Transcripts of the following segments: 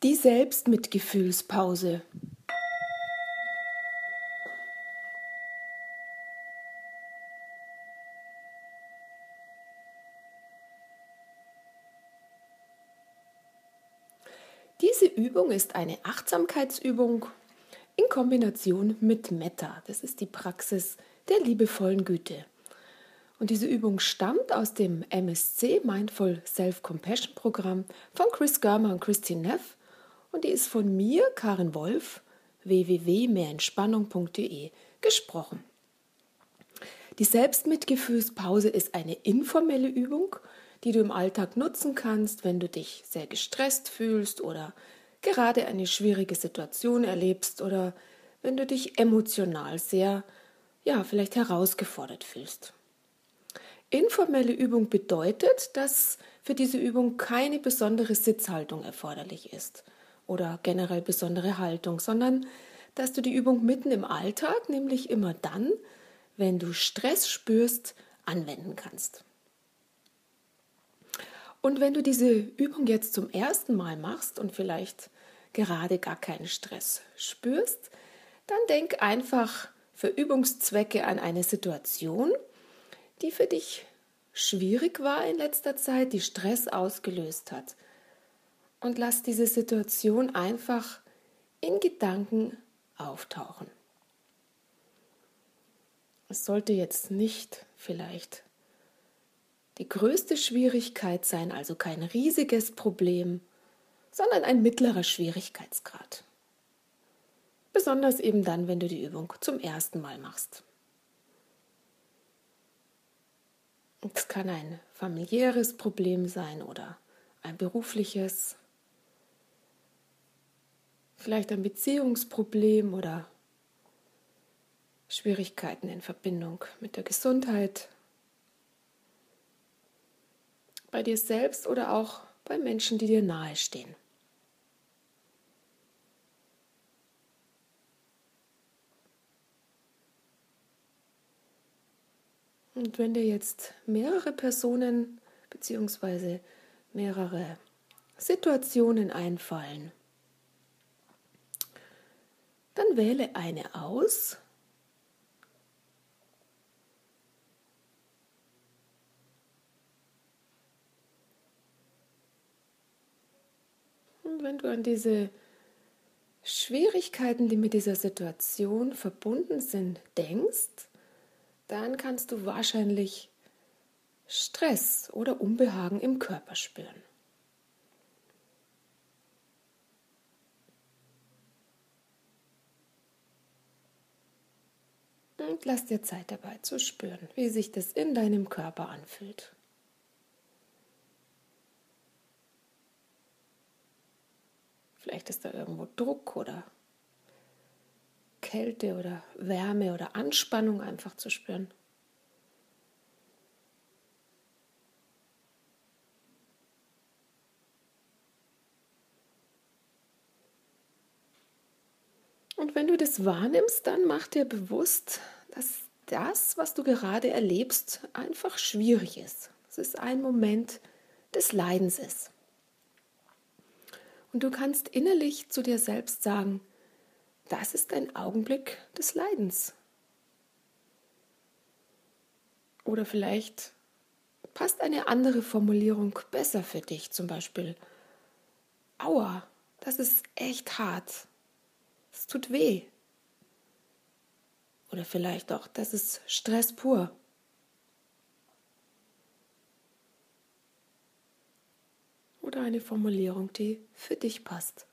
Die Selbstmitgefühlspause. Diese Übung ist eine Achtsamkeitsübung in Kombination mit Metta. Das ist die Praxis der liebevollen Güte. Und diese Übung stammt aus dem MSC, Mindful Self-Compassion Programm von Chris Germer und Christine Neff. Und die ist von mir, Karin Wolf, www.mehrentspannung.de, gesprochen. Die Selbstmitgefühlspause ist eine informelle Übung, die du im Alltag nutzen kannst, wenn du dich sehr gestresst fühlst oder gerade eine schwierige Situation erlebst oder wenn du dich emotional sehr, vielleicht herausgefordert fühlst. Informelle Übung bedeutet, dass für diese Übung keine besondere Sitzhaltung erforderlich ist oder generell besondere Haltung, sondern dass du die Übung mitten im Alltag, nämlich immer dann, wenn du Stress spürst, anwenden kannst. Und wenn du diese Übung jetzt zum ersten Mal machst und vielleicht gerade gar keinen Stress spürst, dann denk einfach für Übungszwecke an eine Situation, die für dich schwierig war in letzter Zeit, die Stress ausgelöst hat. Und lass diese Situation einfach in Gedanken auftauchen. Es sollte jetzt nicht vielleicht die größte Schwierigkeit sein, also kein riesiges Problem, sondern ein mittlerer Schwierigkeitsgrad. Besonders eben dann, wenn du die Übung zum ersten Mal machst. Es kann ein familiäres Problem sein oder ein berufliches, vielleicht ein Beziehungsproblem oder Schwierigkeiten in Verbindung mit der Gesundheit, bei dir selbst oder auch bei Menschen, die dir nahestehen. Und wenn dir jetzt mehrere Personen bzw. mehrere Situationen einfallen, dann wähle eine aus und wenn du an diese Schwierigkeiten, die mit dieser Situation verbunden sind, denkst, dann kannst du wahrscheinlich Stress oder Unbehagen im Körper spüren. Und lass dir Zeit dabei zu spüren, wie sich das in deinem Körper anfühlt. Vielleicht ist da irgendwo Druck oder Kälte oder Wärme oder Anspannung einfach zu spüren. Und wenn du das wahrnimmst, dann mach dir bewusst, dass das, was du gerade erlebst, einfach schwierig ist. Es ist ein Moment des Leidens ist. Und du kannst innerlich zu dir selbst sagen, das ist ein Augenblick des Leidens. Oder vielleicht passt eine andere Formulierung besser für dich, zum Beispiel, aua, das ist echt hart, es tut weh. Oder vielleicht auch, das ist Stress pur. Oder eine Formulierung, die für dich passt.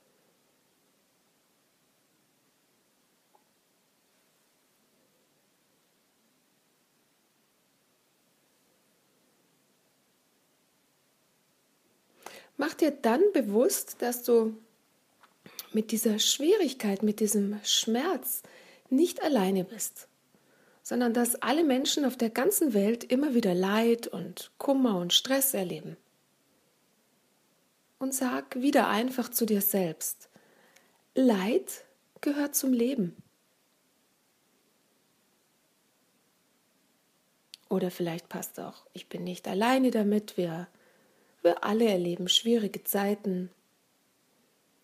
Mach dir dann bewusst, dass du mit dieser Schwierigkeit, mit diesem Schmerz nicht alleine bist, sondern dass alle Menschen auf der ganzen Welt immer wieder Leid und Kummer und Stress erleben. Und sag wieder einfach zu dir selbst, Leid gehört zum Leben. Oder vielleicht passt auch, ich bin nicht alleine damit, wir alle erleben schwierige Zeiten.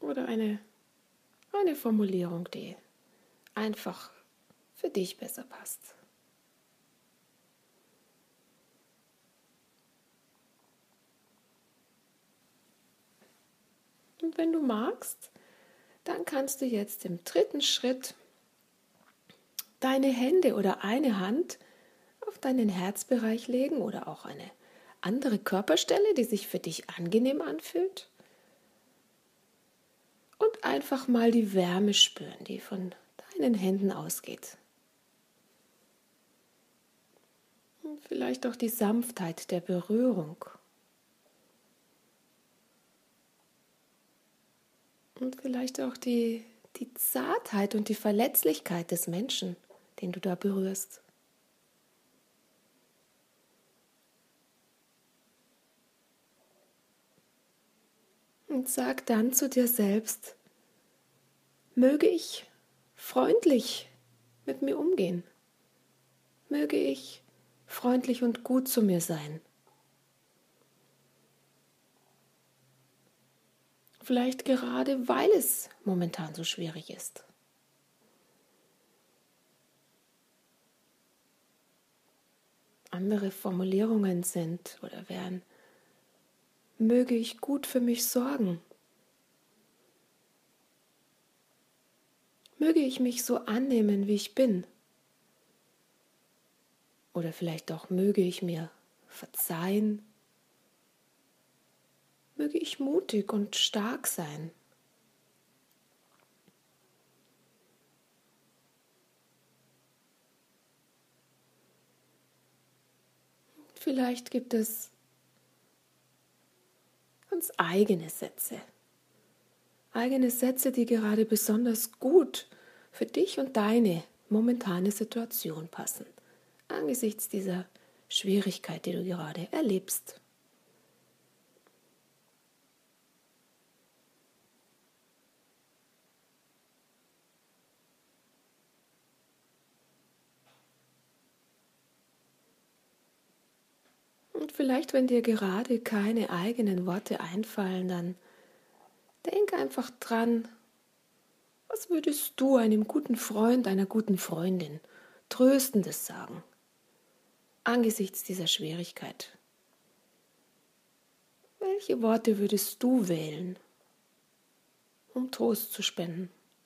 oder eine Formulierung, die einfach für dich besser passt. Und wenn du magst, dann kannst du jetzt im dritten Schritt deine Hände oder eine Hand auf deinen Herzbereich legen oder auch eine andere Körperstelle, die sich für dich angenehm anfühlt. Und einfach mal die Wärme spüren, die von deinen Händen ausgeht. Und vielleicht auch die Sanftheit der Berührung. Und vielleicht auch die Zartheit und die Verletzlichkeit des Menschen, den du da berührst. Und sag dann zu dir selbst, möge ich freundlich mit mir umgehen. Möge ich freundlich und gut zu mir sein. Vielleicht gerade, weil es momentan so schwierig ist. Andere Formulierungen sind oder wären, möge ich gut für mich sorgen. Möge ich mich so annehmen, wie ich bin. Oder vielleicht auch, möge ich mir verzeihen. Möge ich mutig und stark sein. Vielleicht gibt es ganz eigene Sätze. Eigene Sätze, die gerade besonders gut für dich und deine momentane Situation passen. Angesichts dieser Schwierigkeit, die du gerade erlebst. Und vielleicht, wenn dir gerade keine eigenen Worte einfallen, dann denk einfach dran, was würdest du einem guten Freund, einer guten Freundin Tröstendes sagen, angesichts dieser Schwierigkeit? Welche Worte würdest du wählen, um Trost zu spenden?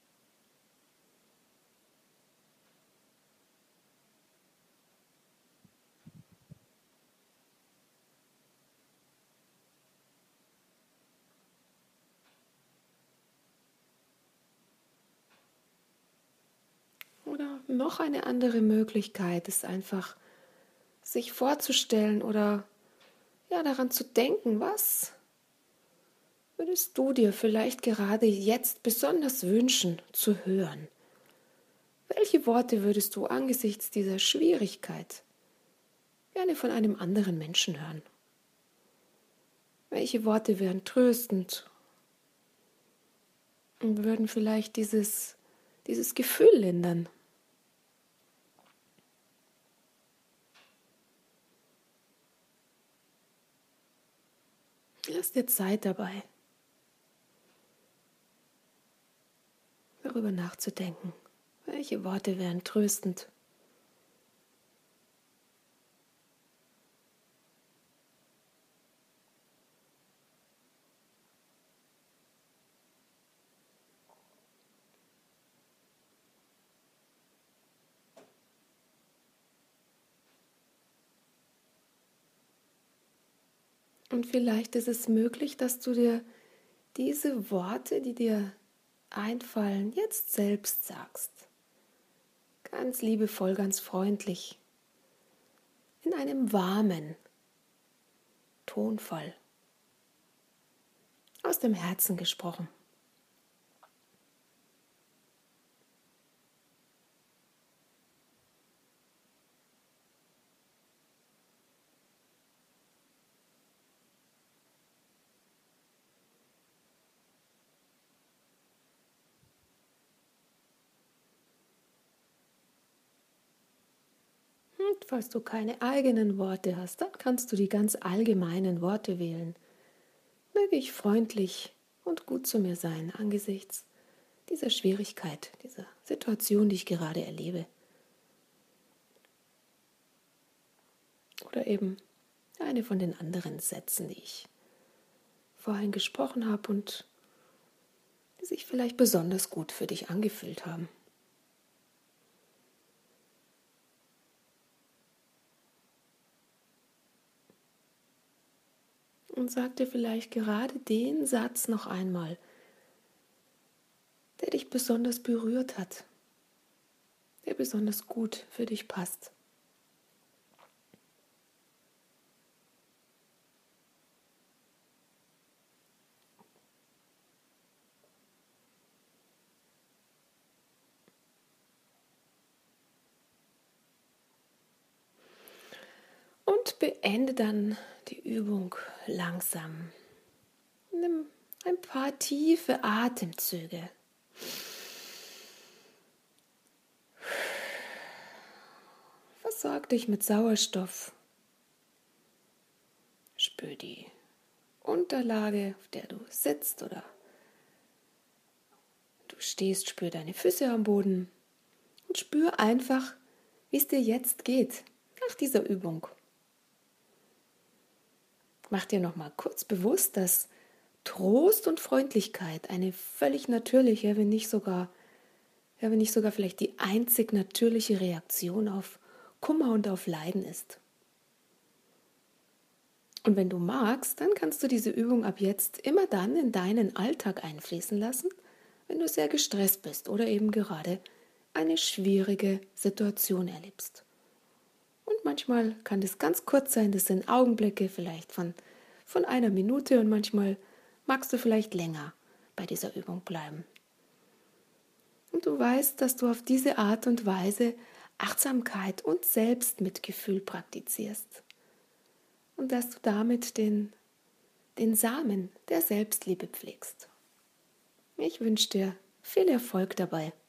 Oder noch eine andere Möglichkeit ist einfach, sich vorzustellen oder daran zu denken, was würdest du dir vielleicht gerade jetzt besonders wünschen zu hören? Welche Worte würdest du angesichts dieser Schwierigkeit gerne von einem anderen Menschen hören? Welche Worte wären tröstend und würden vielleicht dieses Gefühl lindern? Lass dir Zeit dabei, darüber nachzudenken. Welche Worte wären tröstend? Und vielleicht ist es möglich, dass du dir diese Worte, die dir einfallen, jetzt selbst sagst. Ganz liebevoll, ganz freundlich, in einem warmen Tonfall, aus dem Herzen gesprochen. Und falls du keine eigenen Worte hast, dann kannst du die ganz allgemeinen Worte wählen. Möge ich freundlich und gut zu mir sein angesichts dieser Schwierigkeit, dieser Situation, die ich gerade erlebe. Oder eben eine von den anderen Sätzen, die ich vorhin gesprochen habe und die sich vielleicht besonders gut für dich angefühlt haben. Und sag dir vielleicht gerade den Satz noch einmal, der dich besonders berührt hat, der besonders gut für dich passt. Und beende dann die Übung langsam. Nimm ein paar tiefe Atemzüge. Versorg dich mit Sauerstoff. Spür die Unterlage, auf der du sitzt oder du stehst, spür deine Füße am Boden und spür einfach, wie es dir jetzt geht nach dieser Übung. Mach dir noch mal kurz bewusst, dass Trost und Freundlichkeit eine völlig natürliche, wenn nicht sogar vielleicht die einzig natürliche Reaktion auf Kummer und auf Leiden ist. Und wenn du magst, dann kannst du diese Übung ab jetzt immer dann in deinen Alltag einfließen lassen, wenn du sehr gestresst bist oder eben gerade eine schwierige Situation erlebst. Und manchmal kann das ganz kurz sein, das sind Augenblicke vielleicht von einer Minute und manchmal magst du vielleicht länger bei dieser Übung bleiben. Und du weißt, dass du auf diese Art und Weise Achtsamkeit und Selbstmitgefühl praktizierst. Und dass du damit den Samen der Selbstliebe pflegst. Ich wünsche dir viel Erfolg dabei.